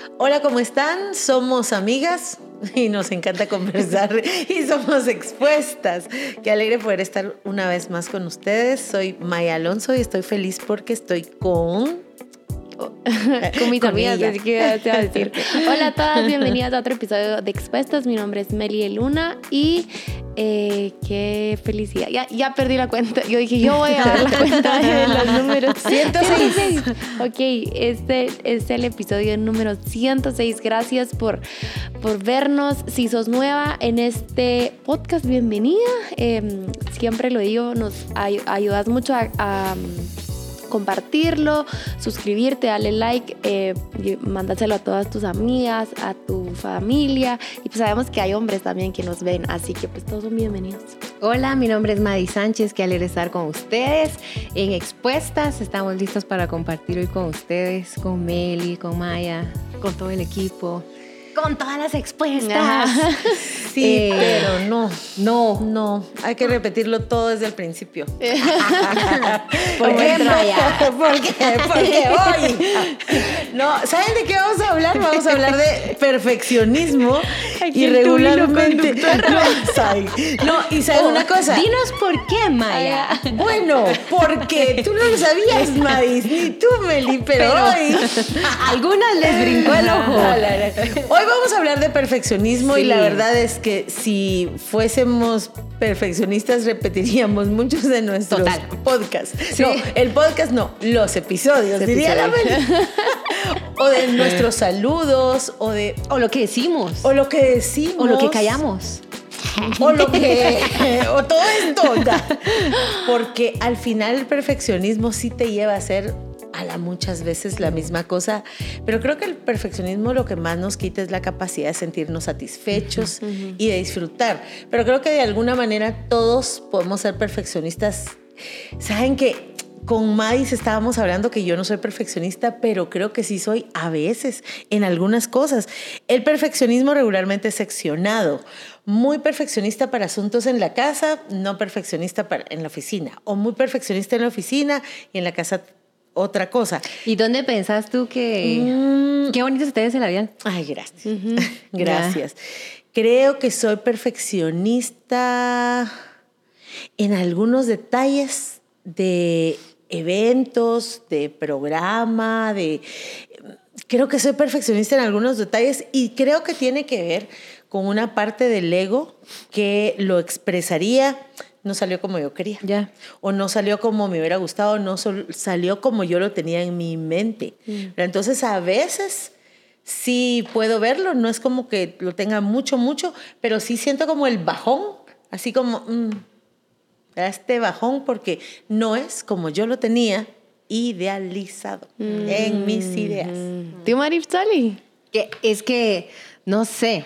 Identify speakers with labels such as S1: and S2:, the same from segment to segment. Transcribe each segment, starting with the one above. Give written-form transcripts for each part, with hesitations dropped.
S1: Hola, ¿cómo están? Somos amigas y nos encanta conversar y somos expuestas. Qué alegre poder estar una vez más con ustedes. Soy Maya Alonso y estoy feliz porque estoy con
S2: mis amigas,
S1: ella.
S2: así que te voy a decir. Hola a todas, bienvenidas a otro episodio de Expuestas. Mi nombre es Meli Luna y qué felicidad. Ya perdí la cuenta. Yo dije, yo voy a dar la cuenta de los números.
S1: 106.
S2: Ok, este es el episodio número 106. Gracias por vernos. Si sos nueva en este podcast, bienvenida. Siempre lo digo, nos ayudas mucho a compartirlo, suscribirte, darle like, mándaselo a todas tus amigas, a tu familia, y pues sabemos que hay hombres también que nos ven, así que pues todos son bienvenidos.
S3: Hola, mi nombre es Madi Sánchez, qué alegre estar con ustedes en Expuestas. Estamos listos para compartir hoy con ustedes, con Meli, con Maya, con todo el equipo, con todas las expuestas.
S1: Sí, pero no. Hay que repetirlo todo desde el principio.
S3: ¿Por qué, Maya?
S1: Porque hoy. No, ¿saben de qué vamos a hablar? Vamos a hablar de perfeccionismo y regularmente. Y ¿saben una cosa?
S3: Dinos por qué, Maya.
S1: Bueno, porque tú no lo sabías, Madis, ni tú, Meli, pero hoy
S3: algunas les brincó el ojo.
S1: Hoy vamos a hablar de perfeccionismo, sí. Y la verdad es que si fuésemos perfeccionistas repetiríamos muchos de nuestros podcasts. Sí. No, el podcast no, los episodios, diría la Meli. O de nuestros saludos, o
S3: lo que decimos.
S1: O lo que decimos.
S3: O lo que callamos.
S1: O todo esto. Porque al final el perfeccionismo sí te lleva a hacer muchas veces la misma cosa, pero creo que el perfeccionismo lo que más nos quita es la capacidad de sentirnos satisfechos y de disfrutar, pero creo que de alguna manera todos podemos ser perfeccionistas. Saben que con Madis estábamos hablando que yo no soy perfeccionista, pero creo que sí soy a veces en algunas cosas. El perfeccionismo regularmente es seccionado. Muy perfeccionista para asuntos en la casa, no perfeccionista en la oficina. O muy perfeccionista en la oficina y en la casa otra cosa.
S3: ¿Y dónde pensás tú que qué bonito ustedes se la vean?
S1: Ay, gracias. Gracias. Creo que soy perfeccionista en algunos detalles de eventos, de programa, creo que soy perfeccionista en algunos detalles y creo que tiene que ver con una parte del ego que lo expresaría. No salió como yo quería.
S3: Yeah.
S1: O no salió como me hubiera gustado, no salió como yo lo tenía en mi mente. Pero entonces a veces sí puedo verlo, no es como que lo tenga mucho, pero sí siento como el bajón, así como este bajón porque no es como yo lo tenía idealizado en mis ideas.
S2: ¿Tú, Maripsali?
S3: Es que, no sé,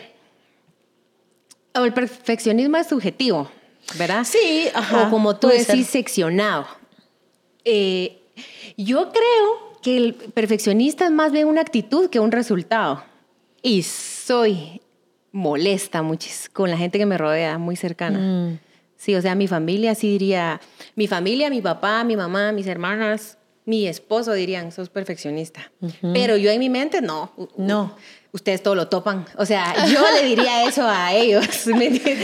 S3: el perfeccionismo es subjetivo, ¿verdad?
S1: Sí, ajá.
S3: O como tú decís, seccionado. Yo creo que el perfeccionista es más bien una actitud que un resultado. Y soy molesta con la gente que me rodea, muy cercana. Sí, o sea, mi familia sí diría, mi familia, mi papá, mi mamá, mis hermanas, mi esposo dirían, sos perfeccionista. Pero yo en mi mente, no. Ustedes todo lo topan. O sea, yo le diría eso a ellos. Si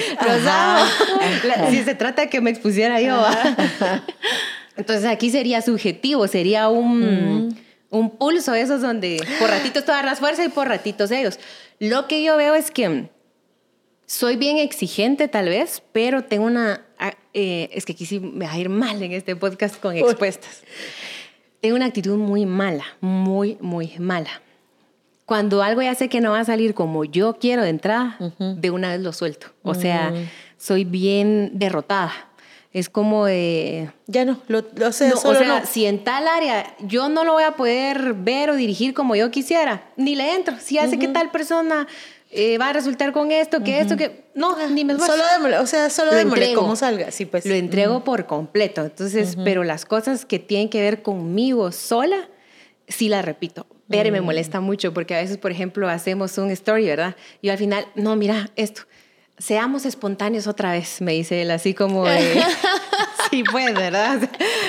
S3: se trata de que me expusiera yo. Entonces aquí sería subjetivo, sería un pulso, esos donde por ratitos todas las fuerzas y por ratitos ellos. Lo que yo veo es que soy bien exigente tal vez, pero tengo es que aquí sí me va a ir mal en este podcast con expuestas. Tengo una actitud muy mala, muy, muy mala. Cuando algo ya sé que no va a salir como yo quiero de entrada, de una vez lo suelto. O sea, soy bien derrotada. Es como de...
S1: Ya no, lo sé,
S3: no,
S1: solo
S3: o sea,
S1: no.
S3: Si en tal área yo no lo voy a poder ver o dirigir como yo quisiera, ni le entro. Si hace que tal persona va a resultar con esto, que esto, que... No, ni me esfuerzo.
S1: Solo démosle como salga. Sí, pues.
S3: Lo entrego por completo. Entonces, pero las cosas que tienen que ver conmigo sola, sí las repito. Pero me molesta mucho porque a veces, por ejemplo, hacemos un story, ¿verdad? Y al final, no, mira, esto, seamos espontáneos otra vez, me dice él, así como de... Sí, pues, ¿verdad?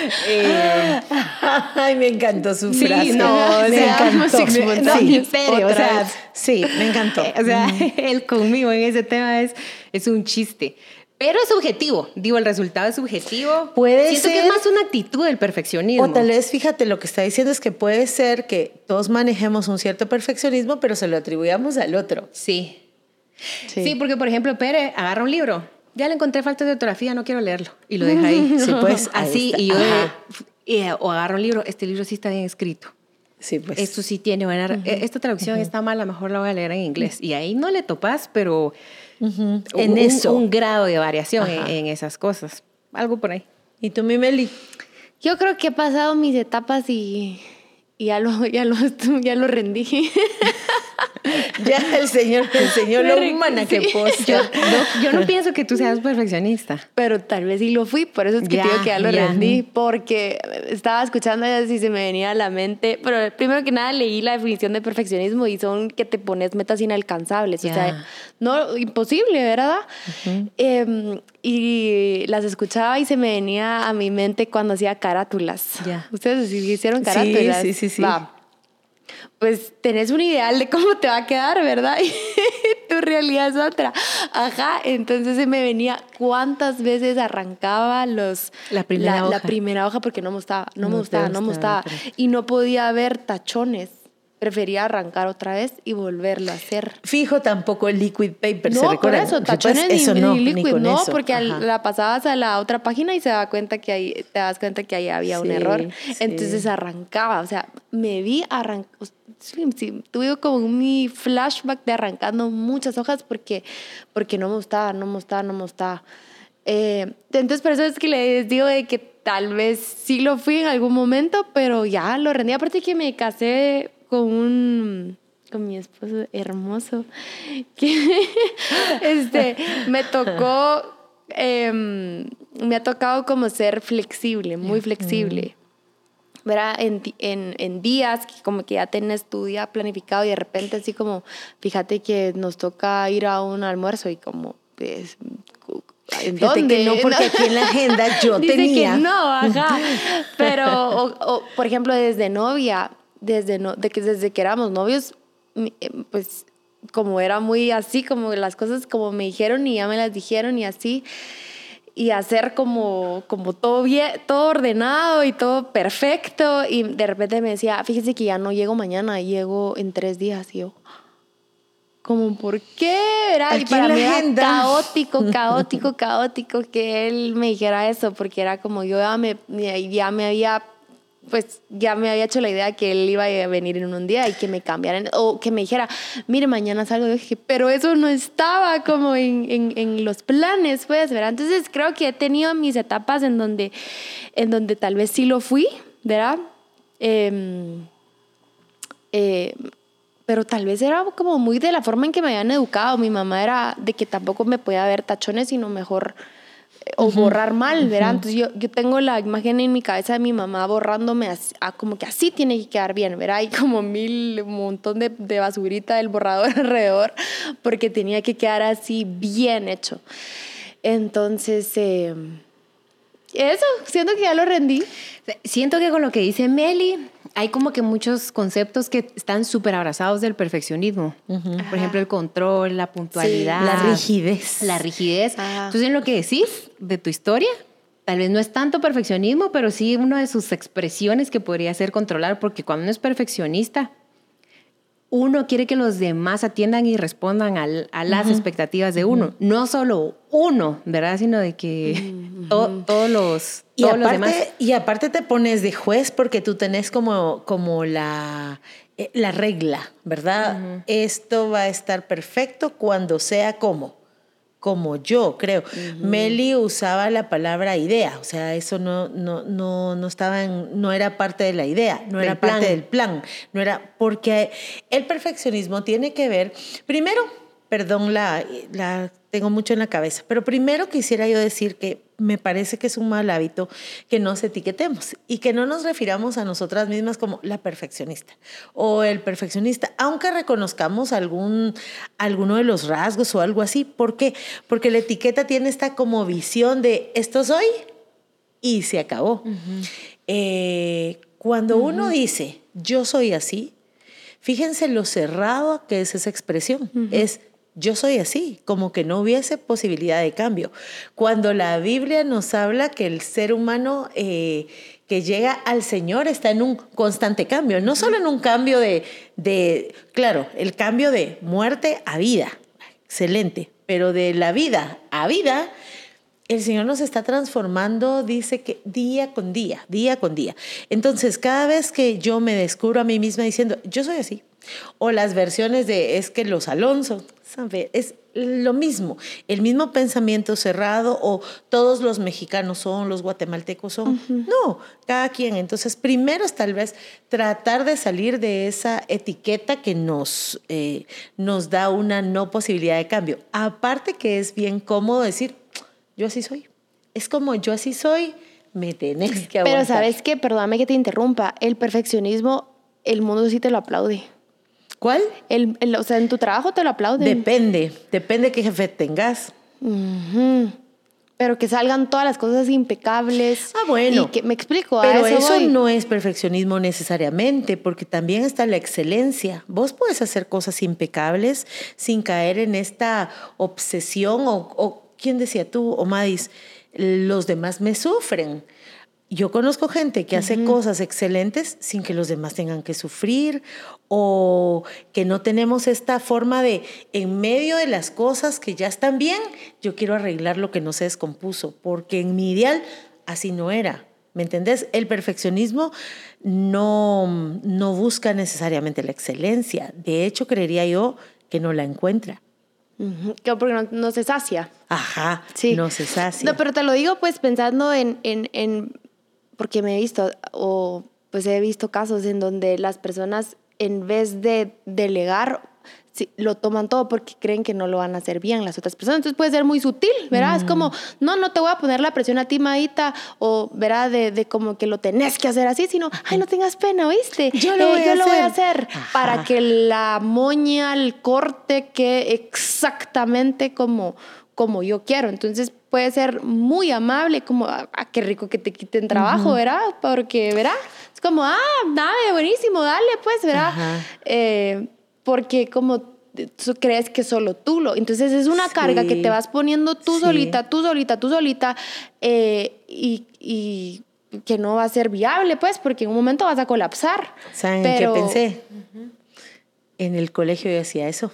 S1: Ay, me encantó su frase.
S3: Sí, no, o
S1: me
S3: sea,
S1: encantó.
S3: sí, o sea,
S1: sí, me encantó.
S3: O sea, él conmigo en ese tema es un chiste. Pero es subjetivo. Digo, el resultado es subjetivo. Siento que es más una actitud del perfeccionismo.
S1: O tal vez, fíjate, lo que está diciendo es que puede ser que todos manejemos un cierto perfeccionismo, pero se lo atribuyamos al otro.
S3: Sí. Sí, porque, por ejemplo, Pere agarra un libro. Ya le encontré faltas de ortografía, no quiero leerlo. Y lo deja ahí.
S1: Sí, pues.
S3: Así, y yo o agarro un libro, este libro sí está bien escrito.
S1: Sí, pues.
S3: Esto sí tiene buena... Esta traducción está mala, mejor la voy a leer en inglés. Y ahí no le topas, pero...
S1: En eso.
S3: Un grado de variación en esas cosas. Algo por ahí.
S1: ¿Y tú, mi Meli?
S2: Yo creo que he pasado mis etapas y ya lo rendí.
S1: Ya el señor lo humana que posta.
S3: Yo no pienso que tú seas perfeccionista.
S2: Pero tal vez sí lo fui, por eso es que te digo que ya lo rendí, porque estaba escuchando y se me venía a la mente. Pero primero que nada leí la definición de perfeccionismo y son que te pones metas inalcanzables. O sea, no, imposible, ¿verdad? Y las escuchaba y se me venía a mi mente cuando hacía carátulas. ¿Ustedes hicieron carátulas?
S1: Sí.
S2: Va. Pues tenés un ideal de cómo te va a quedar, ¿verdad? Y tu realidad es otra. Ajá, entonces se me venía cuántas veces arrancaba la primera hoja porque no me gustaba. Y no podía ver tachones. Prefería arrancar otra vez y volverlo a hacer.
S1: Fijo, tampoco el liquid paper,
S2: no,
S1: ¿se recuerdan?
S2: No, por eso, tachones
S1: eso
S2: ni liquid,
S1: ni
S2: no,
S1: eso.
S2: porque la pasabas a la otra página y te das cuenta que ahí había un error. Entonces arrancaba, o sea, me vi sí, tuve como mi flashback de arrancando muchas hojas porque no me gustaba. Entonces por eso es que les digo de que tal vez sí lo fui en algún momento, pero ya lo rendí. Aparte que me casé con mi esposo hermoso, que me ha tocado como ser flexible, muy flexible. ¿Verdad? En días que como que ya tenés tu día planificado y de repente así como, fíjate que nos toca ir a un almuerzo y como, pues, ¿en dónde?
S1: Que no, porque aquí en la agenda yo
S2: dice
S1: tenía.
S2: Que no, ajá. Pero, o, por ejemplo, desde novia, desde que éramos novios, pues como era muy así, como las cosas como me dijeron y ya me las dijeron y así, y hacer como todo bien, todo ordenado y todo perfecto, y de repente me decía, fíjese que ya no llego mañana, llego en 3 días, y yo, como, ¿por qué? ¿Verdad? Y para mí era caótico que él me dijera eso, porque era como yo ya me había hecho la idea que él iba a venir en un día y que me cambiaran, o que me dijera, mire, mañana salgo. Yo dije, pero eso no estaba como en los planes, pues, ¿verdad? Entonces creo que he tenido mis etapas en donde tal vez sí lo fui, ¿verdad? Pero tal vez era como muy de la forma en que me habían educado. Mi mamá era de que tampoco me podía ver tachones, sino mejor... o borrar mal, ¿verdad? Entonces yo tengo la imagen en mi cabeza de mi mamá borrándome como que así tiene que quedar bien, ¿verdad? Y como un montón de basurita del borrador alrededor, porque tenía que quedar así bien hecho. Entonces, eso, siento que ya lo rendí.
S3: Siento que con lo que dice Meli, hay como que muchos conceptos que están súper abrazados del perfeccionismo. Por ejemplo, el control, la puntualidad.
S1: Sí, la rigidez.
S3: Entonces, en lo que decís de tu historia, tal vez no es tanto perfeccionismo, pero sí una de sus expresiones que podría ser controlar, porque cuando uno es perfeccionista, uno quiere que los demás atiendan y respondan a las expectativas de uno. No solo uno, ¿verdad? Sino de que todos los demás.
S1: Y aparte te pones de juez porque tú tenés como la regla, ¿verdad? Esto va a estar perfecto cuando sea como yo creo. Meli usaba la palabra idea, o sea, eso no estaba no era parte de la idea, no era parte del plan, no era, porque el perfeccionismo tiene que ver, primero, perdón, la tengo mucho en la cabeza, pero primero quisiera yo decir que me parece que es un mal hábito que nos etiquetemos y que no nos refiramos a nosotras mismas como la perfeccionista o el perfeccionista, aunque reconozcamos alguno de los rasgos o algo así. ¿Por qué? Porque la etiqueta tiene esta como visión de esto soy y se acabó. Cuando uno dice, yo soy así, fíjense lo cerrado que es esa expresión. Es, yo soy así, como que no hubiese posibilidad de cambio. Cuando la Biblia nos habla que el ser humano que llega al Señor está en un constante cambio, no solo en un cambio claro, el cambio de muerte a vida, excelente, pero de la vida a vida, el Señor nos está transformando, dice que día con día, día con día. Entonces, cada vez que yo me descubro a mí misma diciendo, yo soy así, o las versiones de, es que los Alonso, ¿sabe? Es lo mismo, el mismo pensamiento cerrado, o todos los mexicanos son, los guatemaltecos son. No, cada quien. Entonces, primero es tal vez tratar de salir de esa etiqueta que nos da una no posibilidad de cambio. Aparte que es bien cómodo decir, yo así soy. Es como yo así soy, me tenés que aguantar.
S2: Pero ¿sabes qué? Perdóname que te interrumpa. El perfeccionismo, el mundo sí te lo aplaude.
S1: ¿Cuál?
S2: O sea, en tu trabajo te lo aplauden.
S1: Depende qué jefe tengas.
S2: Pero que salgan todas las cosas impecables.
S1: Bueno.
S2: Y que, me explico.
S1: Pero
S2: a eso voy.
S1: no es perfeccionismo necesariamente, porque también está la excelencia. Vos puedes hacer cosas impecables sin caer en esta obsesión o ¿quién decía tú, Omadis? Los demás me sufren. Yo conozco gente que hace cosas excelentes sin que los demás tengan que sufrir, o que no tenemos esta forma de, en medio de las cosas que ya están bien, yo quiero arreglar lo que no se descompuso, porque en mi ideal así no era. ¿Me entendés? El perfeccionismo no busca necesariamente la excelencia. De hecho, creería yo que no la encuentra.
S2: Porque no se sacia.
S1: Ajá,
S2: sí.
S1: No se sacia.
S2: No, pero te lo digo pues pensando en porque me he visto, o pues he visto casos en donde las personas en vez de delegar, sí, lo toman todo porque creen que no lo van a hacer bien las otras personas. Entonces puede ser muy sutil, ¿verdad? Es como, no te voy a poner la presión a ti, Maíta, o, ¿verdad? De como que lo tenés que hacer así, sino, ay, no tengas pena, ¿oíste? Yo lo voy a hacer para que la moña, el corte quede exactamente como yo quiero. Entonces puede ser muy amable, como, qué rico que te quiten trabajo, ¿verdad? Porque, ¿verdad? Es como, dale, buenísimo, dale, pues, ¿verdad? Porque como tú crees que solo tú entonces es una carga que te vas poniendo tú solita, y que no va a ser viable, pues, porque en un momento vas a colapsar.
S1: ¿Saben en qué pensé? En el colegio yo hacía eso.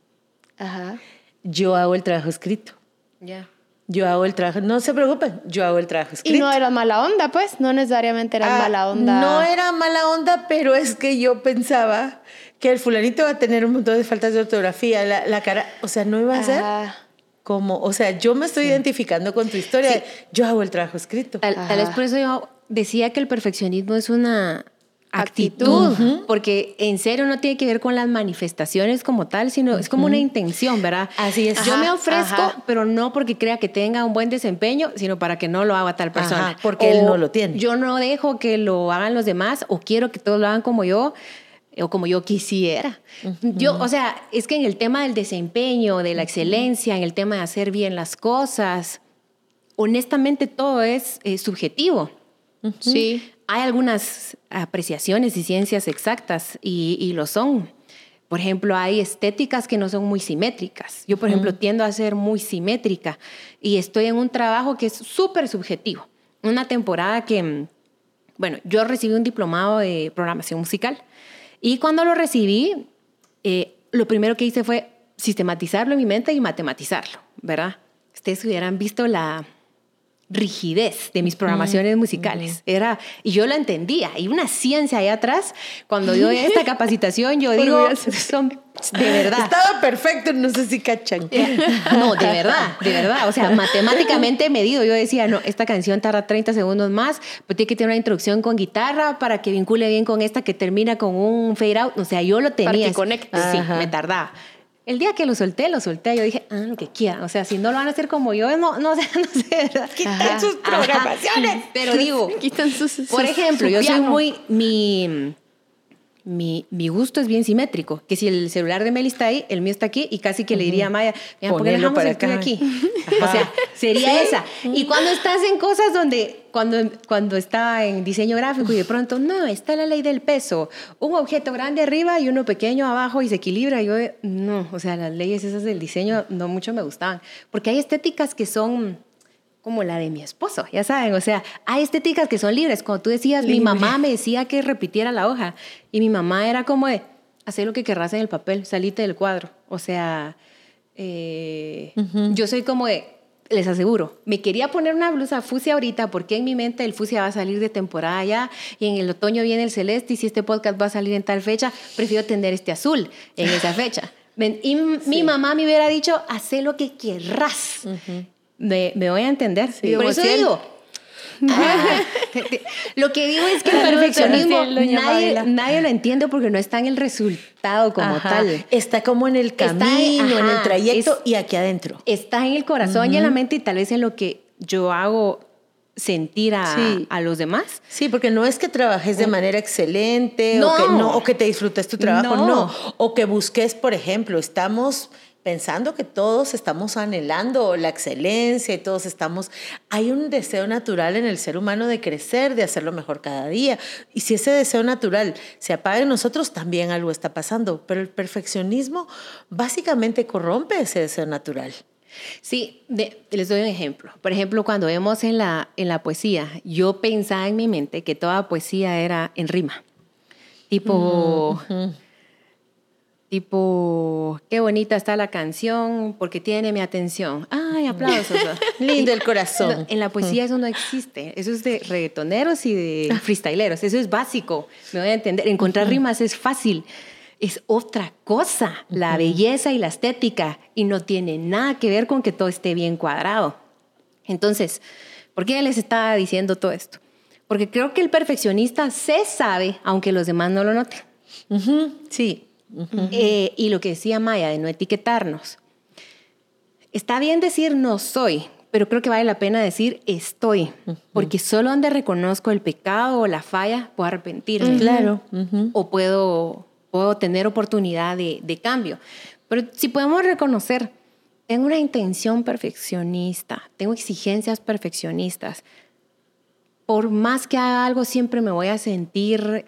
S1: Yo hago el trabajo escrito. Yo hago el trabajo, no se preocupen, yo hago el trabajo escrito.
S2: Y no era mala onda, pues, no necesariamente era mala onda.
S1: No era mala onda, pero es que yo pensaba que el fulanito va a tener un montón de faltas de ortografía, la cara, o sea, no iba a ser como, o sea, yo me estoy identificando con tu historia, sí. Yo hago el trabajo escrito.
S3: Tal vez por eso yo decía que el perfeccionismo es una actitud, porque en serio no tiene que ver con las manifestaciones como tal, sino es como una intención, ¿verdad?
S1: Así es.
S3: Yo me ofrezco, pero no porque crea que tenga un buen desempeño, sino para que no lo haga tal persona.
S1: Porque él no lo tiene.
S3: Yo no dejo que lo hagan los demás, o quiero que todos lo hagan como yo, o como yo quisiera. Yo, o sea, es que en el tema del desempeño, de la excelencia, en el tema de hacer bien las cosas, honestamente todo es subjetivo.
S2: Sí.
S3: Hay algunas apreciaciones y ciencias exactas y lo son. Por ejemplo, hay estéticas que no son muy simétricas. Yo, por ejemplo, tiendo a ser muy simétrica y estoy en un trabajo que es súper subjetivo. Una temporada que, bueno, yo recibí un diplomado de programación musical y cuando lo recibí, lo primero que hice fue sistematizarlo en mi mente y matematizarlo, ¿verdad? Ustedes hubieran visto la rigidez de mis programaciones musicales. Y yo lo entendía. Hay una ciencia ahí atrás. Cuando doy esta capacitación, yo digo, son de verdad.
S1: Estaba perfecto, no sé si cachan.
S3: No, de verdad. O sea, matemáticamente medido. Yo decía, no, esta canción tarda 30 segundos más, pero tiene que tener una introducción con guitarra para que vincule bien con esta que termina con un fade out. O sea, yo lo tenía.
S2: Para que conecte.
S3: Sí, me tardaba. El día que lo solté, yo dije, lo que quieran. O sea, si no lo van a hacer como yo, no sé, ¿verdad?
S1: Quitan sus programaciones.
S3: Pero digo,
S2: quitan sus
S3: por ejemplo, yo soy muy, mi mi gusto es bien simétrico. Que si el celular de Meli está ahí, el mío está aquí, y casi que le diría a Maya, mira, ¿por qué dejamos
S1: para
S3: el tuyo
S1: acá?
S3: aquí? O sea, sería esa. Y cuando estás en cosas donde, cuando está en diseño gráfico y de pronto, no, está la ley del peso, un objeto grande arriba y uno pequeño abajo y se equilibra, yo, no, o sea, las leyes esas del diseño no mucho me gustaban. Porque hay estéticas que son como la de mi esposo, ya saben, o sea, hay estéticas que son libres. Como tú decías, mi mamá me decía que repitiera la hoja y mi mamá era como de, haz lo que querrás en el papel, salite del cuadro. O sea, yo soy como de, les aseguro, me quería poner una blusa fucsia ahorita porque en mi mente el fucsia va a salir de temporada ya y en el otoño viene el celeste y si este podcast va a salir en tal fecha, prefiero tener este azul en esa fecha. Y mi mamá me hubiera dicho, haz lo que querrás. Me voy a entender.
S1: Sí,
S3: por eso digo, lo que digo es que el perfeccionismo nadie lo entiende porque no está en el resultado como tal.
S1: Está como en el camino, en el trayecto y aquí adentro.
S3: Está en el corazón y en la mente y tal vez en lo que yo hago sentir a los demás.
S1: Sí, porque no es que trabajes de manera excelente o que te disfrutes tu trabajo, no. O que busques, por ejemplo, estamos pensando que todos estamos anhelando la excelencia y todos estamos... Hay un deseo natural en el ser humano de crecer, de hacerlo mejor cada día. Y si ese deseo natural se apaga en nosotros, también algo está pasando. Pero el perfeccionismo básicamente corrompe ese deseo natural.
S3: Sí, les doy un ejemplo. Por ejemplo, cuando vemos en la poesía, yo pensaba en mi mente que toda poesía era en rima. Tipo, qué bonita está la canción porque tiene mi atención. ¡Ay, aplausos!
S1: Lindo el corazón.
S3: No, en la poesía eso no existe. Eso es de reggaetoneros y de freestyleros. Eso es básico. Me voy a entender. Encontrar rimas es fácil. Es otra cosa, la belleza y la estética. Y no tiene nada que ver con que todo esté bien cuadrado. Entonces, ¿por qué les estaba diciendo todo esto? Porque creo que el perfeccionista se sabe, aunque los demás no lo noten.
S1: Sí.
S3: Y lo que decía Maya de no etiquetarnos. Está bien decir no soy, pero creo que vale la pena decir estoy, porque solo donde reconozco el pecado o la falla puedo arrepentirme.
S1: Claro.
S3: O puedo tener oportunidad de cambio. Pero si podemos reconocer, tengo una intención perfeccionista, tengo exigencias perfeccionistas, por más que haga algo siempre me voy a sentir...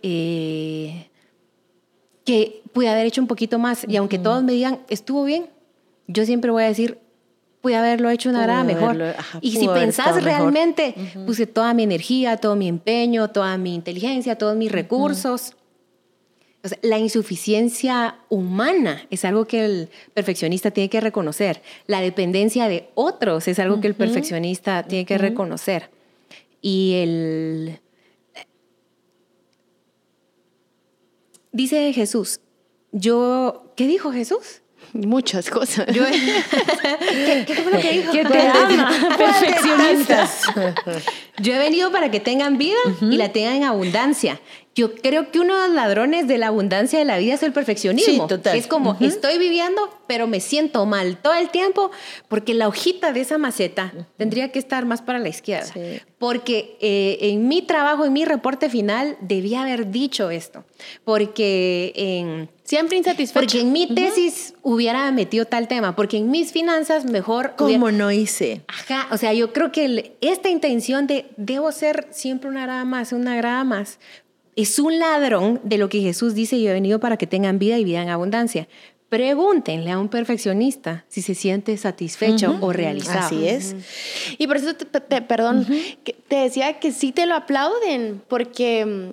S3: que pude haber hecho un poquito más. Y aunque todos me digan, estuvo bien, yo siempre voy a decir, pude haberlo hecho una grada mejor. Y si pensás realmente, puse toda mi energía, todo mi empeño, toda mi inteligencia, todos mis recursos. O sea, la insuficiencia humana es algo que el perfeccionista tiene que reconocer. La dependencia de otros es algo que el perfeccionista tiene que reconocer. Y dice Jesús, ¿qué dijo Jesús?
S2: Muchas cosas.
S3: ¿Qué fue lo que dijo?
S2: Que te ama, perfeccionistas.
S3: Yo he venido para que tengan vida y la tengan en abundancia. Yo creo que uno de los ladrones de la abundancia de la vida es el perfeccionismo.
S1: Sí, total.
S3: Es como, estoy viviendo, pero me siento mal todo el tiempo porque la hojita de esa maceta tendría que estar más para la izquierda. Sí. Porque en mi trabajo, en mi reporte final, debía haber dicho esto. Porque
S2: siempre insatisfecho.
S3: Porque en mi tesis hubiera metido tal tema. Porque en mis finanzas mejor...
S1: ¿Cómo no hice?
S3: Ajá, o sea, yo creo que esta intención de debo ser siempre una grada más, es un ladrón de lo que Jesús dice, yo he venido para que tengan vida y vida en abundancia. Pregúntenle a un perfeccionista si se siente satisfecho o realizado.
S1: Así es.
S2: Y por eso, perdón, que te decía que sí te lo aplauden, porque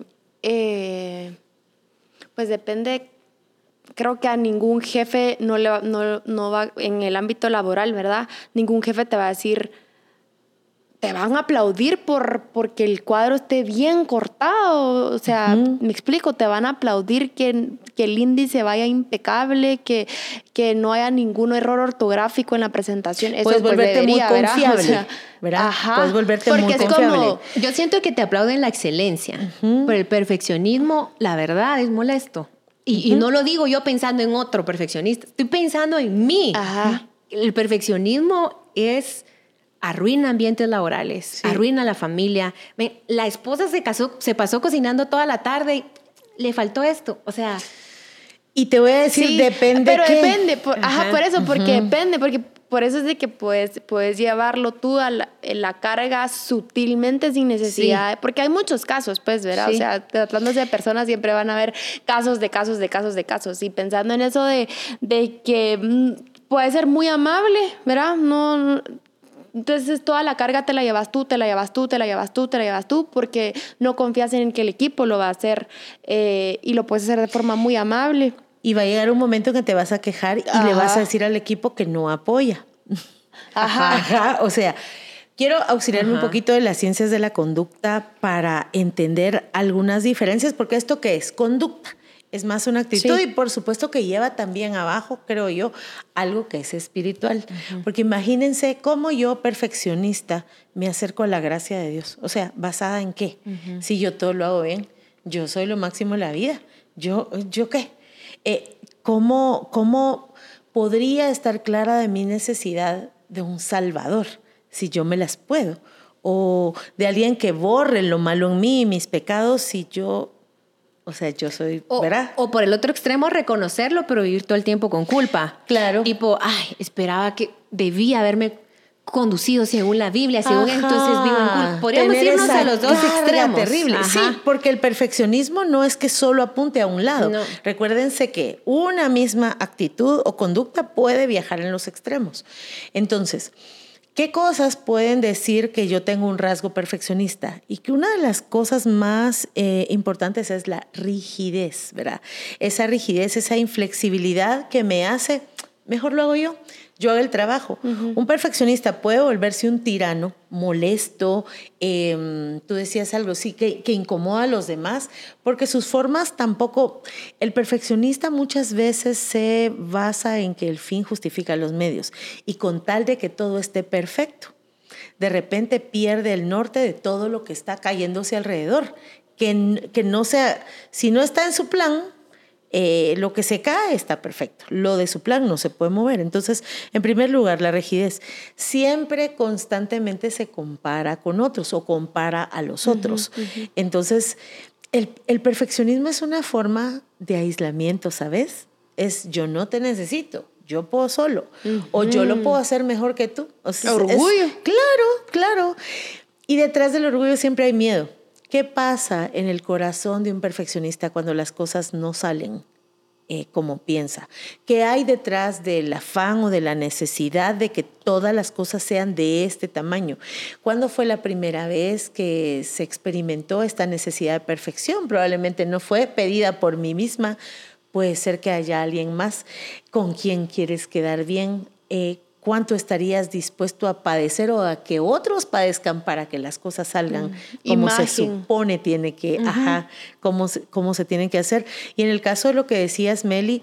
S2: pues depende, creo que a ningún jefe no va en el ámbito laboral, ¿verdad? Ningún jefe te va a decir... Te van a aplaudir porque el cuadro esté bien cortado. O sea, me explico, te van a aplaudir que el índice vaya impecable, que no haya ningún error ortográfico en la presentación. Eso
S1: puedes volverte muy confiable,
S2: ¿verdad? O sea,
S1: ¿verdad?
S2: Ajá.
S1: Puedes volverte
S3: porque
S1: muy
S3: es
S1: confiable.
S3: Como, yo siento que te aplauden la excelencia, pero el perfeccionismo, la verdad, es molesto. Y no lo digo yo pensando en otro perfeccionista, estoy pensando en mí.
S2: Ajá.
S3: El perfeccionismo arruina ambientes laborales, arruina la familia. La esposa se pasó cocinando toda la tarde y le faltó esto. O sea...
S1: Y te voy a decir,
S2: Sí,
S1: depende
S2: pero
S1: qué.
S2: depende, por eso, porque depende, porque por eso es de que puedes llevarlo tú a la carga sutilmente sin necesidad, porque hay muchos casos, pues, ¿verdad?
S3: Sí.
S2: O sea, tratándose de personas siempre van a haber casos, y pensando en eso de que puede ser muy amable, ¿verdad? No, entonces toda la carga te la llevas tú, porque no confías en que el equipo lo va a hacer y lo puedes hacer de forma muy amable.
S1: Y va a llegar un momento en que te vas a quejar y le vas a decir al equipo que no apoya.
S2: Ajá.
S1: O sea, quiero auxiliarme un poquito de las ciencias de la conducta para entender algunas diferencias, porque ¿esto qué es? Conducta. Es más una actitud y por supuesto que lleva también abajo, creo yo, algo que es espiritual. Porque imagínense cómo yo, perfeccionista, me acerco a la gracia de Dios. O sea, ¿basada en qué? Si yo todo lo hago bien, yo soy lo máximo en la vida. ¿Yo qué? ¿Cómo podría estar clara de mi necesidad de un Salvador si yo me las puedo? O de alguien que borre lo malo en mí y mis pecados si yo... O sea, yo soy, ¿verdad?
S3: O por el otro extremo, reconocerlo, pero vivir todo el tiempo con culpa.
S1: Claro.
S3: Tipo, esperaba que debía haberme conducido según la Biblia, según entonces vivo en culpa. Podríamos irnos a los dos extremos.
S1: Terrible.
S3: Ajá.
S1: Sí, porque el perfeccionismo no es que solo apunte a un lado.
S3: No.
S1: Recuérdense que una misma actitud o conducta puede viajar en los extremos. Entonces, ¿qué cosas pueden decir que yo tengo un rasgo perfeccionista? Y que una de las cosas más importantes es la rigidez, ¿verdad? Esa rigidez, esa inflexibilidad que me hace, mejor lo hago yo hago el trabajo. Un perfeccionista puede volverse un tirano, molesto, tú decías algo, sí, que incomoda a los demás, porque sus formas tampoco... El perfeccionista muchas veces se basa en que el fin justifica los medios y con tal de que todo esté perfecto, de repente pierde el norte de todo lo que está cayéndose alrededor, que no sea... Si no está en su plan... lo que se cae está perfecto, lo de su plan no se puede mover. Entonces, en primer lugar, la rigidez siempre constantemente se compara con otros o compara a los otros. Entonces, el perfeccionismo es una forma de aislamiento, ¿sabes? Es yo no te necesito, yo puedo solo, o yo lo puedo hacer mejor que tú. O sea,
S2: orgullo.
S1: Claro. Y detrás del orgullo siempre hay miedo. ¿Qué pasa en el corazón de un perfeccionista cuando las cosas no salen como piensa? ¿Qué hay detrás del afán o de la necesidad de que todas las cosas sean de este tamaño? ¿Cuándo fue la primera vez que se experimentó esta necesidad de perfección? Probablemente no fue pedida por mí misma. Puede ser que haya alguien más con quien quieres quedar bien. ¿Cuánto estarías dispuesto a padecer o a que otros padezcan para que las cosas salgan como se supone tiene que, cómo se tienen que hacer? Y en el caso de lo que decías, Meli,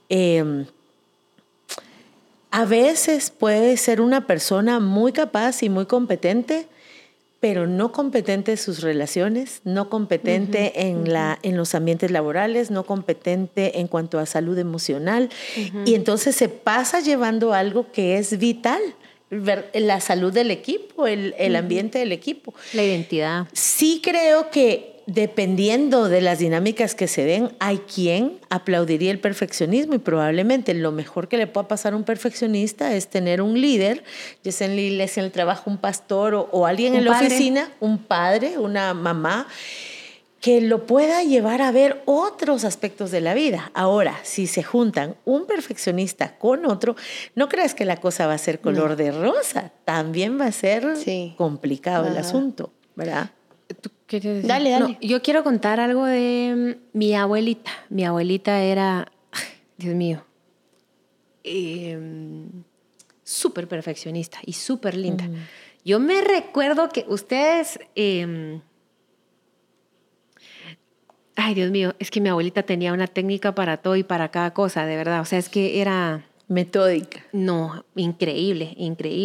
S1: a veces puede ser una persona muy capaz y muy competente, pero no competente en sus relaciones, no competente en los ambientes laborales, no competente en cuanto a salud emocional. Y entonces se pasa llevando algo que es vital, la salud del equipo, el ambiente del equipo.
S3: La identidad.
S1: Sí creo que dependiendo de las dinámicas que se den, hay quien aplaudiría el perfeccionismo y probablemente lo mejor que le pueda pasar a un perfeccionista es tener un líder, ya sea en la iglesia, en el trabajo, un pastor o alguien en la oficina, un padre, una mamá, que lo pueda llevar a ver otros aspectos de la vida. Ahora, si se juntan un perfeccionista con otro, no creas que la cosa va a ser color de rosa, también va a ser complicado el asunto, ¿verdad?
S2: Dale.
S3: No, yo quiero contar algo de mi abuelita. Mi abuelita era, Dios mío, súper perfeccionista y súper linda. Yo me recuerdo que ustedes... ay, Dios mío, es que mi abuelita tenía una técnica para todo y para cada cosa, de verdad. O sea, es que era...
S1: metódica.
S3: No, increíble.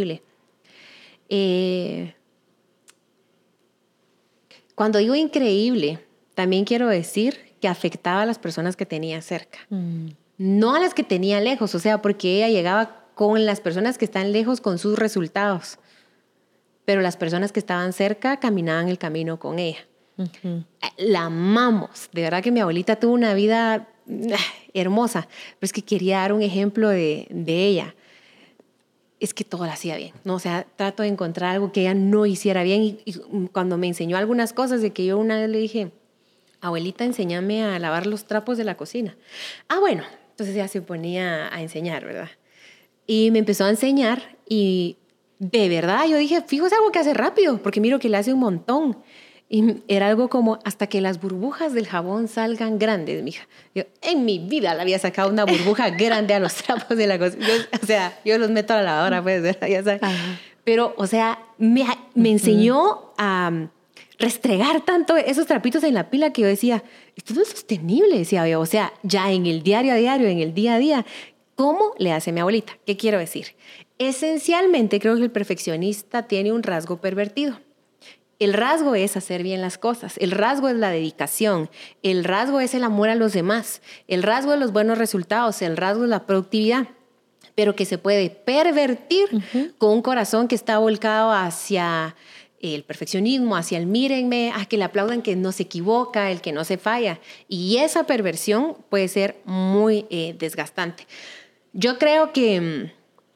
S3: Cuando digo increíble, también quiero decir que afectaba a las personas que tenía cerca. No a las que tenía lejos, o sea, porque ella llegaba con las personas que están lejos con sus resultados. Pero las personas que estaban cerca caminaban el camino con ella. La amamos. De verdad que mi abuelita tuvo una vida hermosa, pero es que quería dar un ejemplo de ella. Es que todo lo hacía bien, ¿no? O sea, trato de encontrar algo que ella no hiciera bien y cuando me enseñó algunas cosas, de que yo una vez le dije, abuelita, enséñame a lavar los trapos de la cocina. Ah, bueno, entonces ya se ponía a enseñar, ¿verdad? Y me empezó a enseñar y de verdad yo dije, fijo, es algo que hace rápido, porque miro que le hace un montón. Y era algo como hasta que las burbujas del jabón salgan grandes, mija. Yo en mi vida le había sacado una burbuja grande a los trapos de la cocina. O sea, yo los meto a la lavadora, pues, ya sabes. Pero, o sea, me enseñó a restregar tanto esos trapitos en la pila que yo decía, esto no es sostenible, decía yo. O sea, ya en el diario a diario, en el día a día, ¿cómo le hace mi abuelita? ¿Qué quiero decir? Esencialmente creo que el perfeccionista tiene un rasgo pervertido. El rasgo es hacer bien las cosas, el rasgo es la dedicación, el rasgo es el amor a los demás, el rasgo es los buenos resultados, el rasgo es la productividad, pero que se puede pervertir con un corazón que está volcado hacia el perfeccionismo, hacia el mírenme, a que le aplaudan que no se equivoca, el que no se falla. Y esa perversión puede ser muy desgastante. Yo creo que...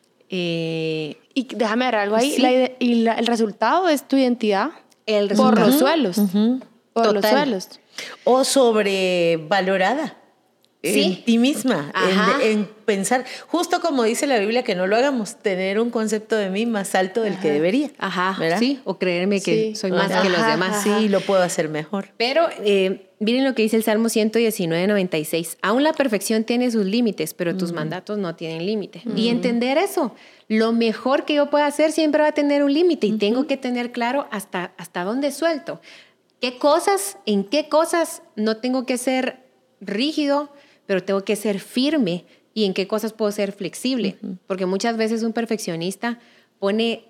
S2: y déjame ver algo ahí,
S3: sí.
S2: El resultado es tu identidad.
S3: Por
S2: los suelos. Por los suelos.
S1: O sobrevalorada.
S3: Sí.
S1: En ti misma, en pensar, justo como dice la Biblia, que no lo hagamos, tener un concepto de mí más alto del que debería. ¿Verdad?
S3: Sí, o creerme que soy más que los demás.
S1: Sí, lo puedo hacer mejor.
S3: Pero miren lo que dice el Salmo 119:96. Aún la perfección tiene sus límites, pero tus mandatos no tienen límite. Y entender eso, lo mejor que yo pueda hacer siempre va a tener un límite y tengo que tener claro hasta dónde suelto. En qué cosas no tengo que ser rígido, pero tengo que ser firme, y en qué cosas puedo ser flexible. Porque muchas veces un perfeccionista pone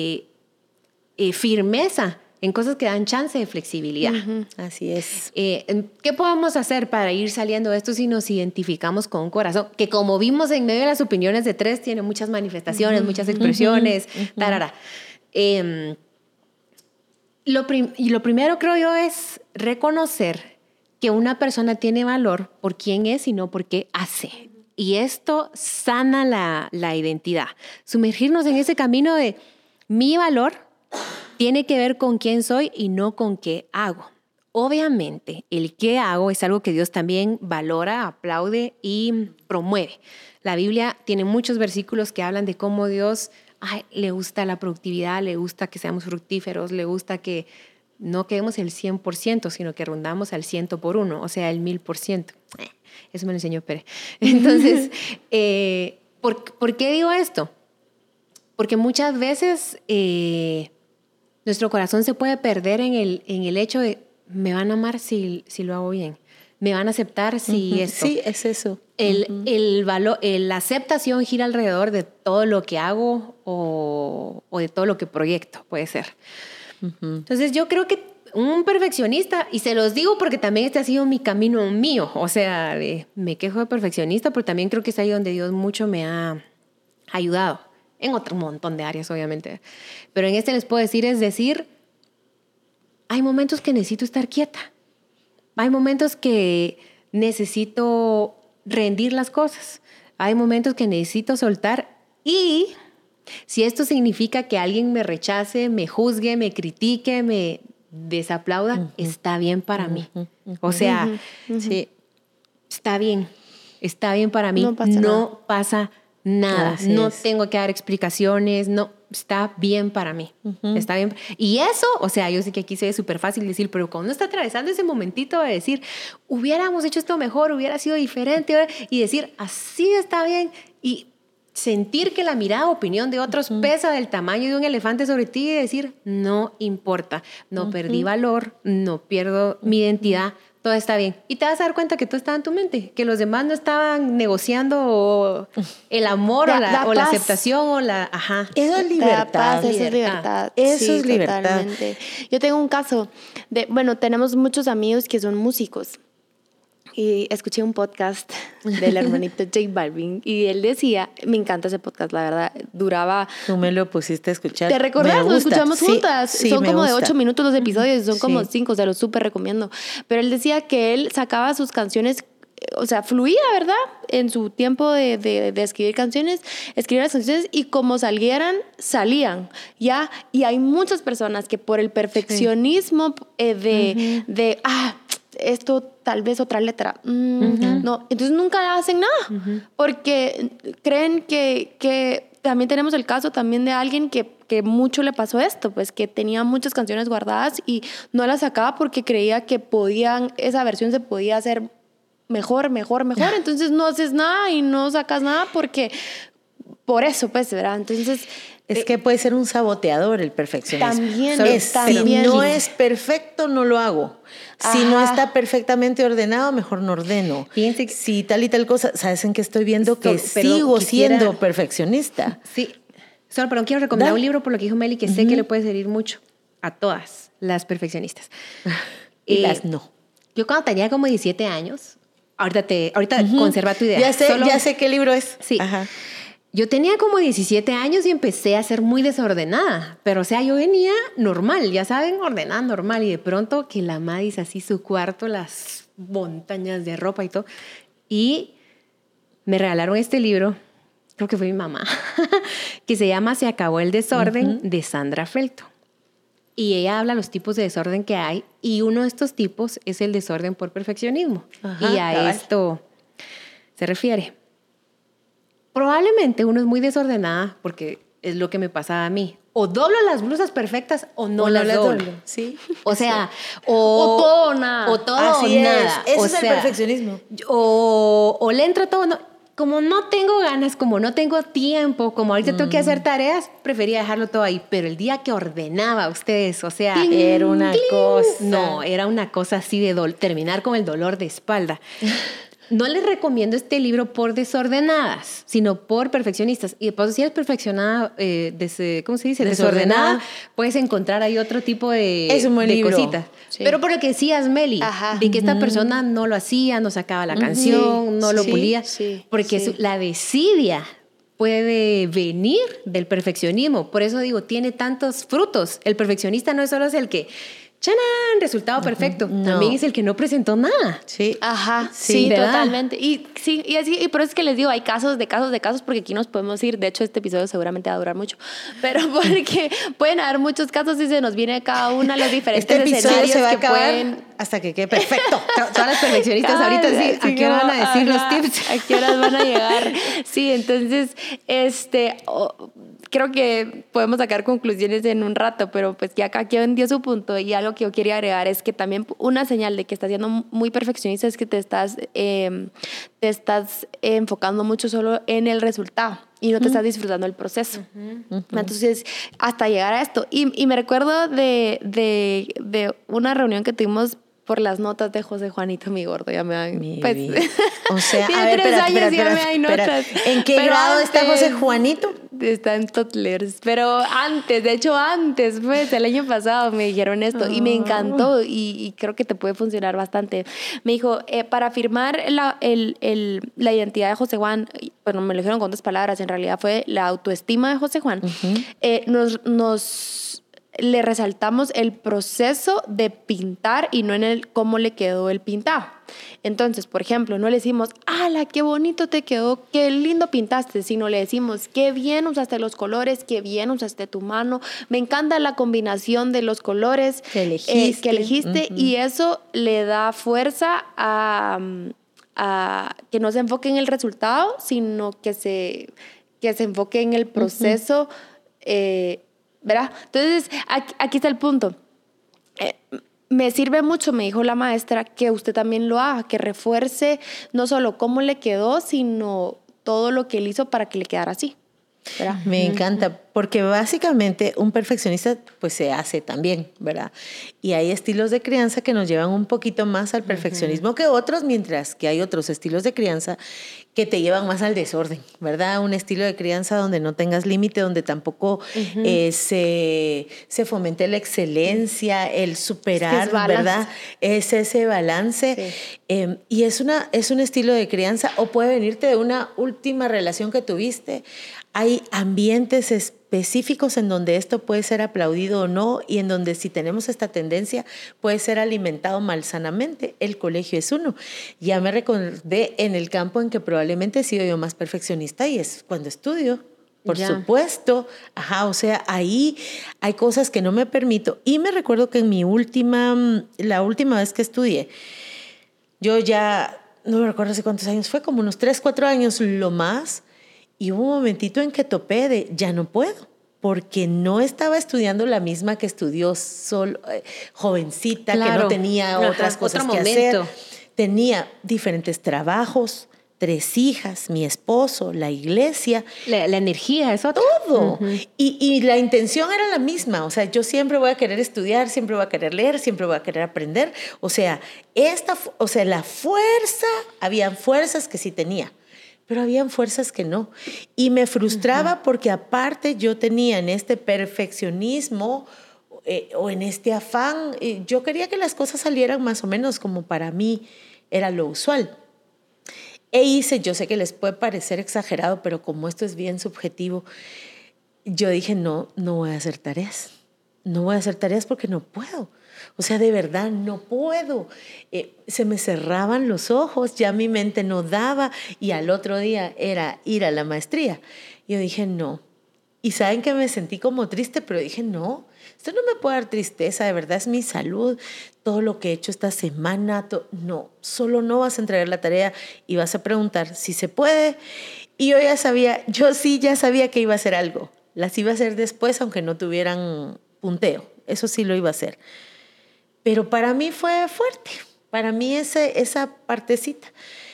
S3: firmeza en cosas que dan chance de flexibilidad.
S1: Así es.
S3: ¿Qué podemos hacer para ir saliendo de esto si nos identificamos con un corazón? Que como vimos en medio de las opiniones de 3, tiene muchas manifestaciones, muchas expresiones, tarara. Lo primero, creo yo, es reconocer que una persona tiene valor por quién es y no por qué hace. Y esto sana la identidad. Sumergirnos en ese camino de mi valor tiene que ver con quién soy y no con qué hago. Obviamente, el qué hago es algo que Dios también valora, aplaude y promueve. La Biblia tiene muchos versículos que hablan de cómo Dios le gusta la productividad, le gusta que seamos fructíferos, le gusta que no quedemos el 100%, sino que rondamos al 100 por 1, o sea, el 1000%. Eso me lo enseñó Pere. Entonces, ¿por qué digo esto? Porque muchas veces nuestro corazón se puede perder en el hecho de, me van a amar si lo hago bien, me van a aceptar si esto.
S1: Sí, es eso.
S3: El valor, la aceptación gira alrededor de todo lo que hago o de todo lo que proyecto, puede ser. Entonces yo creo que un perfeccionista, y se los digo porque también este ha sido mi camino mío, o sea, me quejo de perfeccionista, pero también creo que es ahí donde Dios mucho me ha ayudado, en otro montón de áreas obviamente, pero en este les puedo decir, hay momentos que necesito estar quieta, hay momentos que necesito rendir las cosas, hay momentos que necesito soltar, y si esto significa que alguien me rechace, me juzgue, me critique, me desaplauda, está bien para mí. O sea, sí, está bien para mí. No pasa nada. No tengo que dar explicaciones, no, está bien para mí. Está bien. Y eso, o sea, yo sé que aquí se ve súper fácil decir, pero cuando uno está atravesando ese momentito de decir, hubiéramos hecho esto mejor, hubiera sido diferente, y decir, así está bien, y sentir que la mirada, opinión de otros pesa del tamaño de un elefante sobre ti, y decir, no importa, no perdí valor, no pierdo mi identidad, todo está bien. Y te vas a dar cuenta que todo estaba en tu mente, que los demás no estaban negociando el amor o la aceptación o la... Ajá.
S1: Eso es libertad.
S2: Eso es libertad.
S1: Eso es libertad.
S2: Totalmente. Yo tengo un caso de, tenemos muchos amigos que son músicos. y escuché un podcast del hermanito J Balvin y él decía, me encanta ese podcast, la verdad, duraba...
S1: Tú me lo pusiste a escuchar.
S2: ¿Te recordás? Lo escuchamos juntas.
S1: Sí,
S2: son como de
S1: gusta.
S2: 8 minutos los episodios, son como
S1: Sí.
S2: 5, o sea, lo súper recomiendo. Pero él decía que él sacaba sus canciones, o sea, fluía, ¿verdad? En su tiempo de escribir canciones, escribir las canciones y como salieran, salían, ¿ya? Y hay muchas personas que por el perfeccionismo esto tal vez otra letra, no, entonces nunca hacen nada, porque creen que también tenemos el caso también de alguien que mucho le pasó esto, pues que tenía muchas canciones guardadas y no las sacaba porque creía que esa versión se podía hacer mejor, entonces no haces nada y no sacas nada por eso, pues, ¿verdad? Entonces...
S1: Es que puede ser un saboteador el perfeccionismo.
S2: También.
S1: Si no es perfecto, no lo hago. Si no está perfectamente ordenado, mejor no ordeno.
S3: Fíjense que-
S1: Si tal y tal cosa, ¿sabes en qué estoy viendo? Que
S3: Pero
S1: sigo
S3: quisiera-
S1: siendo perfeccionista.
S3: Sí, solo, pero quiero recomendar
S1: Dale.
S3: un libro por lo que dijo Meli, que sé que le puede servir mucho a todas las perfeccionistas.
S1: Y las no.
S3: Yo cuando tenía como 17 años, ahorita conserva tu idea.
S1: Ya sé qué libro es.
S3: Sí.
S1: Ajá.
S3: Yo tenía como 17 años y empecé a ser muy desordenada, pero o sea, yo venía normal, ya saben, ordenada, normal, y de pronto que la Madis así su cuarto, las montañas de ropa y todo, y me regalaron este libro, creo que fue mi mamá, que se llama Se acabó el desorden, de Sandra Felto. Y ella habla los tipos de desorden que hay, y uno de estos tipos es el desorden por perfeccionismo.
S1: Ajá,
S3: y a
S1: cabal.
S3: esto se refiere. Probablemente uno es muy desordenada, porque es lo que me pasaba a mí. O doblo las blusas perfectas o no las doblo.
S1: Sí.
S3: O sea,
S2: O todo o nada.
S3: O todo
S1: Así
S3: o nada.
S1: es. Eso
S3: O
S1: es el
S3: sea,
S1: perfeccionismo.
S3: O le entro todo. Como no tengo ganas, como no tengo tiempo, como ahorita tengo que hacer tareas, prefería dejarlo todo ahí. Pero el día que ordenaba ustedes, o sea...
S1: Era una cosa.
S3: No, era una cosa así de terminar con el dolor de espalda. No les recomiendo este libro por desordenadas, sino por perfeccionistas. Y de paso, si eres perfeccionada, ¿cómo se dice? Desordenada, puedes encontrar ahí otro tipo
S1: Es un buen
S3: de
S1: libro.
S3: cositas.
S2: Sí.
S3: Pero por lo que decías, Meli,
S2: Ajá.
S3: de que esta persona no lo hacía, no sacaba la canción, no lo
S2: sí,
S3: pulía,
S2: sí,
S3: porque
S2: sí.
S3: la desidia puede venir del perfeccionismo. Por eso digo, tiene tantos frutos. El perfeccionista no solo es el que, ¡chanán! Resultado perfecto.
S1: No.
S3: También es el que no presentó nada.
S1: Sí.
S2: Ajá,
S3: Sí,
S2: sí,
S3: ¿verdad?
S2: totalmente. Y sí, y así, y por eso es que les digo, hay casos, porque aquí nos podemos ir. De hecho, este episodio seguramente va a durar mucho, pero porque pueden haber muchos casos y se nos viene cada una los diferentes
S1: Este episodio
S2: escenarios
S1: se va a
S2: que
S1: acabar
S2: pueden.
S1: hasta que quede perfecto.
S3: Todas las perfeccionistas ahorita sí, ¿a qué hora van a decir los tips?
S2: ¿A qué horas van a llegar? Sí, entonces, creo que podemos sacar conclusiones en un rato, pero pues ya cada quien dio su punto y algo que yo quería agregar es que también una señal de que estás siendo muy perfeccionista es que te estás enfocando mucho solo en el resultado y no te estás disfrutando el proceso. Entonces, hasta llegar a esto. Y me recuerdo de una reunión que tuvimos por las notas de José Juanito, mi gordo, ya me dan...
S1: Mi
S2: pues,
S1: vida. O sea,
S2: tiene
S1: a ver,
S2: 3
S1: espérate,
S2: años y ya me dan notas.
S1: ¿En qué
S2: Pero
S1: grado está
S2: antes-
S1: José Juanito?
S2: Está en toddlers, pero antes, pues, el año pasado me dijeron esto y me encantó y creo que te puede funcionar bastante. Me dijo, para firmar la identidad de José Juan, bueno, me lo dijeron con otras palabras, en realidad fue la autoestima de José Juan, le resaltamos el proceso de pintar y no en el cómo le quedó el pintado. Entonces, por ejemplo, no le decimos, ¡ala, qué bonito te quedó, qué lindo pintaste!, sino le decimos, qué bien usaste los colores, qué bien usaste tu mano, me encanta la combinación de los colores
S1: Que elegiste.
S2: y eso le da fuerza a que no se enfoque en el resultado, sino que se enfoque en el proceso, ¿verdad? Entonces, aquí está el punto. Me sirve mucho, me dijo la maestra, que usted también lo haga, que refuerce no solo cómo le quedó, sino todo lo que él hizo para que le quedara así, ¿verdad?
S1: Me encanta, porque básicamente un perfeccionista pues se hace también, ¿verdad? Y hay estilos de crianza que nos llevan un poquito más al perfeccionismo que otros, mientras que hay otros estilos de crianza que te llevan más al desorden, ¿verdad? Un estilo de crianza donde no tengas límite, donde tampoco se fomente la excelencia, el superar, ¿verdad? Es ese balance. Sí. Y es un estilo de crianza, o puede venirte de una última relación que tuviste. Hay ambientes específicos en donde esto puede ser aplaudido o no, y en donde si tenemos esta tendencia puede ser alimentado malsanamente. El colegio es uno. Ya me recordé en el campo en que probablemente he sido yo más perfeccionista, y es cuando estudio. Por supuesto. O sea, ahí hay cosas que no me permito. Y me recuerdo que la última vez que estudié, yo ya, no me recuerdo hace cuántos años, fue como unos 3, 4 años lo más. Y hubo un momentito en que topé de, ya no puedo, porque no estaba estudiando la misma que estudió jovencita, que no tenía otras cosas que hacer. Tenía diferentes trabajos, 3 hijas, mi esposo, la iglesia.
S3: La energía, eso.
S1: Todo. Y la intención era la misma. O sea, yo siempre voy a querer estudiar, siempre voy a querer leer, siempre voy a querer aprender. O sea, la fuerza, habían fuerzas que sí tenía, pero habían fuerzas que no. Y me frustraba porque aparte yo tenía en este perfeccionismo o en este afán, yo quería que las cosas salieran más o menos como para mí era lo usual. Yo sé que les puede parecer exagerado, pero como esto es bien subjetivo, yo dije, no voy a hacer tareas. No voy a hacer tareas porque no puedo. O sea, de verdad, no puedo. Se me cerraban los ojos, ya mi mente no daba, y al otro día era ir a la maestría. Yo dije, no. Y saben que me sentí como triste, pero dije, no, esto no me puede dar tristeza, de verdad es mi salud, todo lo que he hecho esta semana, no, solo no vas a entregar la tarea y vas a preguntar si se puede. Y yo ya sabía que iba a hacer algo. Las iba a hacer después, aunque no tuvieran punteo, eso sí lo iba a hacer. Pero para mí fue fuerte, para mí esa partecita.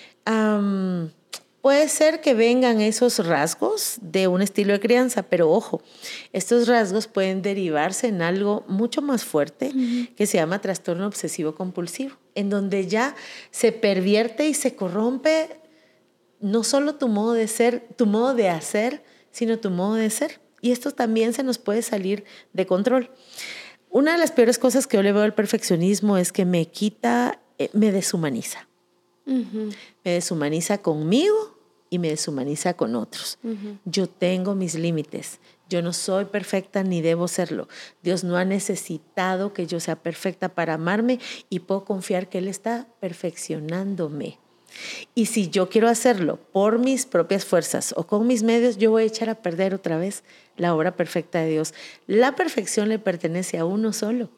S1: Puede ser que vengan esos rasgos de un estilo de crianza, pero ojo, estos rasgos pueden derivarse en algo mucho más fuerte que se llama trastorno obsesivo compulsivo, en donde ya se pervierte y se corrompe no solo tu modo de ser, tu modo de hacer, sino tu modo de ser. Y esto también se nos puede salir de control. Una de las peores cosas que yo le veo al perfeccionismo es que me deshumaniza. Me deshumaniza conmigo y me deshumaniza con otros. Yo tengo mis límites. Yo no soy perfecta ni debo serlo. Dios no ha necesitado que yo sea perfecta para amarme, y puedo confiar que Él está perfeccionándome. Y si yo quiero hacerlo por mis propias fuerzas o con mis medios, yo voy a echar a perder otra vez la obra perfecta de Dios. La perfección le pertenece a uno solo,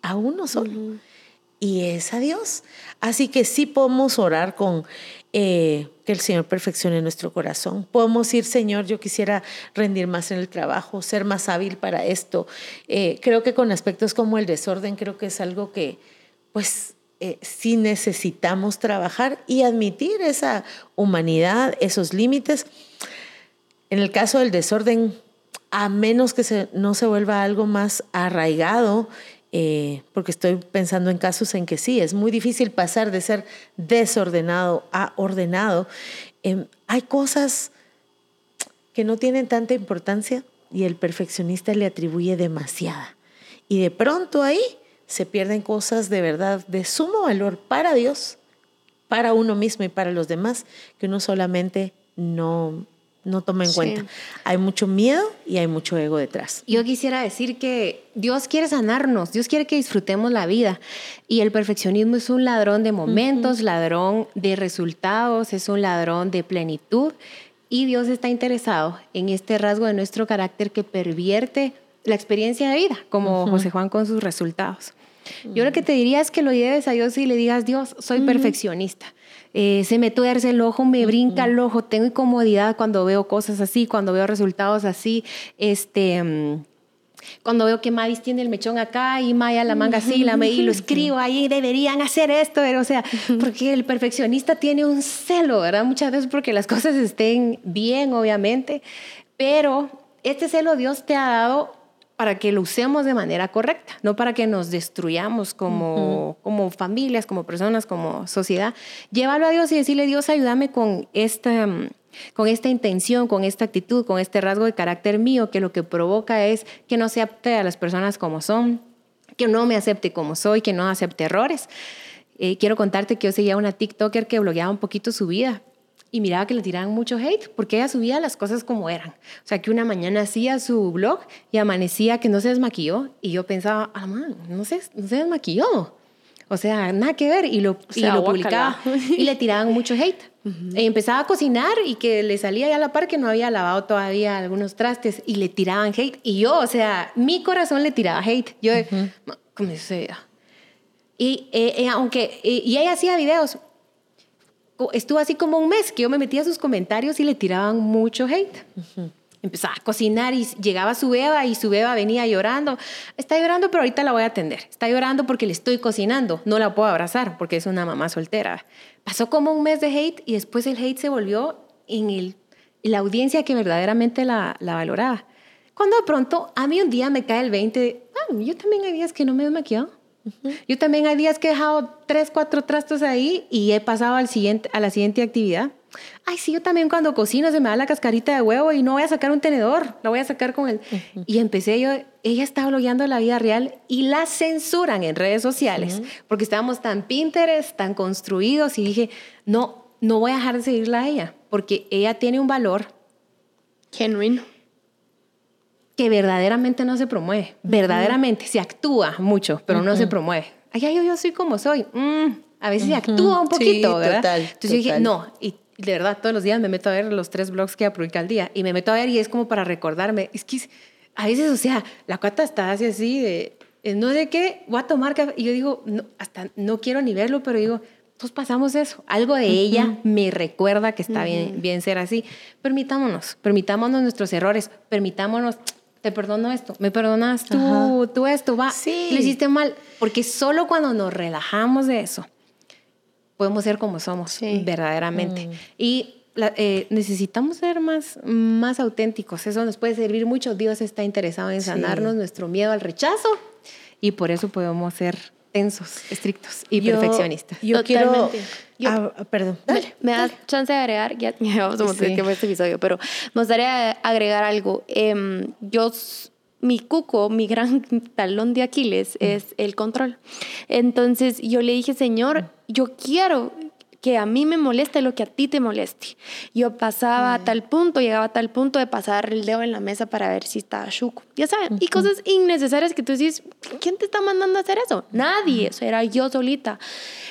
S1: y es a Dios. Así que sí podemos orar con que el Señor perfeccione nuestro corazón. Podemos ir, Señor, yo quisiera rendir más en el trabajo, ser más hábil para esto. Creo que con aspectos como el desorden, creo que es algo que sí necesitamos trabajar y admitir esa humanidad, esos límites. En el caso del desorden, a menos que no se vuelva algo más arraigado, porque estoy pensando en casos en que sí, es muy difícil pasar de ser desordenado a ordenado. Hay cosas que no tienen tanta importancia y el perfeccionista le atribuye demasiada. Y de pronto ahí se pierden cosas de verdad de sumo valor para Dios, para uno mismo y para los demás, que uno solamente no toma en cuenta. Hay mucho miedo y hay mucho ego detrás.
S3: Yo quisiera decir que Dios quiere sanarnos, Dios quiere que disfrutemos la vida, y el perfeccionismo es un ladrón de momentos, ladrón de resultados, es un ladrón de plenitud, y Dios está interesado en este rasgo de nuestro carácter que pervierte la experiencia de vida, como José Juan con sus resultados. Yo lo que te diría es que lo lleves a Dios y le digas: Dios, soy perfeccionista. Se me tuerce el ojo, me brinca el ojo, tengo incomodidad cuando veo cosas así, cuando veo resultados así, cuando veo que Madis tiene el mechón acá y Maya la manga así, y lo escribo ahí, deberían hacer esto, o sea, porque el perfeccionista tiene un celo, ¿verdad? Muchas veces porque las cosas estén bien, obviamente, pero este celo Dios te ha dado para que lo usemos de manera correcta, no para que nos destruyamos como familias, como personas, como sociedad. Llévalo a Dios y decirle, Dios, ayúdame con esta intención, con esta actitud, con este rasgo de carácter mío, que lo que provoca es que no acepte a las personas como son, que no me acepte como soy, que no acepte errores. Quiero contarte que yo seguía una TikToker que blogueaba un poquito su vida y miraba que le tiraban mucho hate porque ella subía las cosas como eran. O sea, que una mañana hacía su blog y amanecía que no se desmaquilló y yo pensaba, no se desmaquilló. O sea, nada que ver. Y lo publicaba y le tiraban mucho hate. Y empezaba a cocinar y que le salía ya a la par que no había lavado todavía algunos trastes y le tiraban hate. Y yo, o sea, mi corazón le tiraba hate. Yo, ¿cómo sea? Y ella hacía videos. Estuvo así como un mes que yo me metía a sus comentarios y le tiraban mucho hate. Empezaba a cocinar y llegaba su beba y su beba venía llorando. Está llorando, pero ahorita la voy a atender. Está llorando porque le estoy cocinando. No la puedo abrazar porque es una mamá soltera. Pasó como un mes de hate y después el hate se volvió en la audiencia que verdaderamente la valoraba. Cuando de pronto a mí un día me cae el 20 de, yo también hay días que no me he desmaquillado. Yo también hay días que he dejado 3, 4 trastos ahí y he pasado a la siguiente actividad. Ay, sí, yo también cuando cocino se me da la cascarita de huevo y no voy a sacar un tenedor, la voy a sacar con el... Y empecé ella estaba blogueando la vida real y la censuran en redes sociales porque estábamos tan Pinterest, tan construidos y dije, no voy a dejar de seguirla a ella porque ella tiene un valor
S2: genuino
S3: que verdaderamente no se promueve. Verdaderamente, se actúa mucho, pero no se promueve. Ay, yo soy como soy. A veces se actúa un poquito,
S1: sí,
S3: ¿verdad?
S1: Total,
S3: Entonces yo dije, no. Y de verdad, todos los días me meto a ver los 3 blogs que publica al día. Y me meto a ver y es como para recordarme. Es que a veces, o sea, la cuata está así de, no sé qué, voy a tomar café. Y yo digo, hasta no quiero ni verlo, pero digo, todos pasamos eso. Algo de ella me recuerda que está bien ser así. Permitámonos nuestros errores. Permitámonos... Te perdono esto, me perdonas tú esto, va,
S1: sí.
S3: Lo hiciste mal. Porque solo cuando nos relajamos de eso, podemos ser como somos, verdaderamente. Y necesitamos ser más auténticos. Eso nos puede servir mucho. Dios está interesado en sanarnos nuestro miedo al rechazo y por eso podemos ser tensos, estrictos y perfeccionistas.
S1: Yo quiero... perdón.
S2: Me das chance de agregar, ya vamos a mostrar que fue este episodio, pero me gustaría agregar algo. Mi cuco, mi gran talón de Aquiles es el control. Entonces yo le dije, Señor, yo quiero que a mí me moleste lo que a ti te moleste. Yo llegaba a tal punto de pasar el dedo en la mesa para ver si estaba chuco. Ya saben, y cosas innecesarias que tú dices, ¿quién te está mandando a hacer eso? Nadie, eso era yo solita.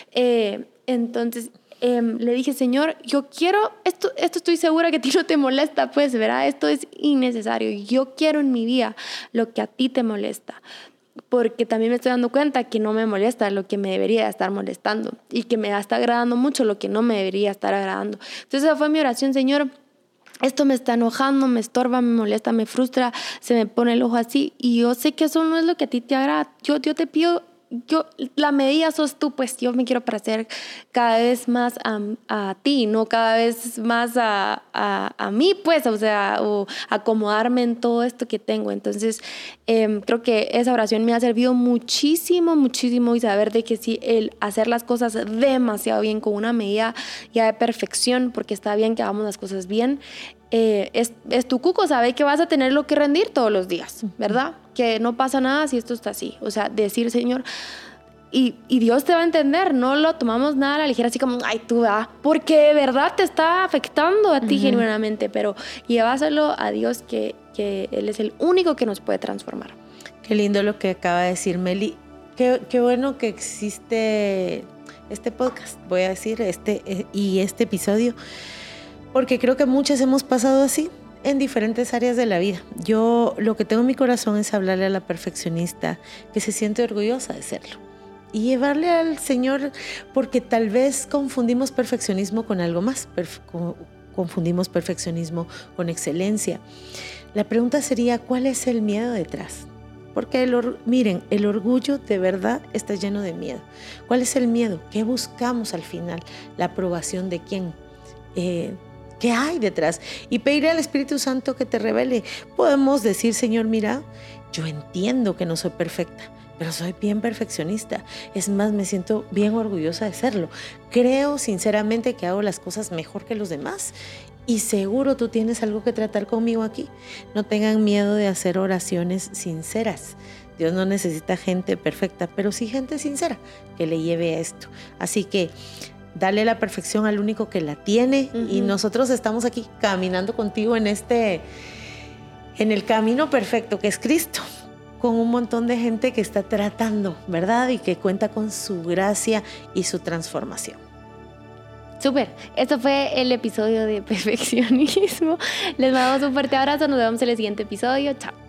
S2: Entonces le dije, Señor, yo quiero, esto estoy segura que a ti no te molesta, pues, ¿verdad? Esto es innecesario. Yo quiero en mi vida lo que a ti te molesta. Porque también me estoy dando cuenta que no me molesta lo que me debería estar molestando y que me está agradando mucho lo que no me debería estar agradando. Entonces esa fue mi oración, Señor, esto me está enojando, me estorba, me molesta, me frustra, se me pone el ojo así y yo sé que eso no es lo que a ti te agrada. Yo te pido, la medida sos tú, pues yo me quiero parecer cada vez más a ti, no cada vez más a mí, pues, o sea, o acomodarme en todo esto que tengo. Entonces, creo que esa oración me ha servido muchísimo y saber de que sí, el hacer las cosas demasiado bien con una medida ya de perfección, porque está bien que hagamos las cosas bien, es tu cuco, sabe que vas a tener lo que rendir todos los días, ¿verdad? Que no pasa nada si esto está así. O sea, decir, Señor, y Dios te va a entender, no lo tomamos nada a la ligera, así como, ay, tú da, porque de verdad te está afectando a ti genuinamente, pero llévaselo a Dios que Él es el único que nos puede transformar.
S1: Qué lindo lo que acaba de decir Meli. Qué bueno que existe este podcast, voy a decir, y este episodio, porque creo que muchas hemos pasado así en diferentes áreas de la vida. Yo lo que tengo en mi corazón es hablarle a la perfeccionista que se siente orgullosa de serlo y llevarle al Señor, porque tal vez confundimos perfeccionismo con algo más, confundimos perfeccionismo con excelencia. La pregunta sería, ¿cuál es el miedo detrás? Porque miren, el orgullo de verdad está lleno de miedo. ¿Cuál es el miedo? ¿Qué buscamos al final? ¿La aprobación de quién? ¿Qué hay detrás? Y pedirle al Espíritu Santo que te revele. Podemos decir, Señor, mira, yo entiendo que no soy perfecta, pero soy bien perfeccionista. Es más, me siento bien orgullosa de serlo. Creo sinceramente que hago las cosas mejor que los demás y seguro tú tienes algo que tratar conmigo aquí. No tengan miedo de hacer oraciones sinceras. Dios no necesita gente perfecta, pero sí gente sincera que le lleve a esto. Así que dale la perfección al único que la tiene y nosotros estamos aquí caminando contigo en el camino perfecto que es Cristo, con un montón de gente que está tratando, ¿verdad? Y que cuenta con su gracia y su transformación.
S2: Súper, esto fue el episodio de perfeccionismo. Les mandamos un fuerte abrazo, nos vemos en el siguiente episodio. Chao.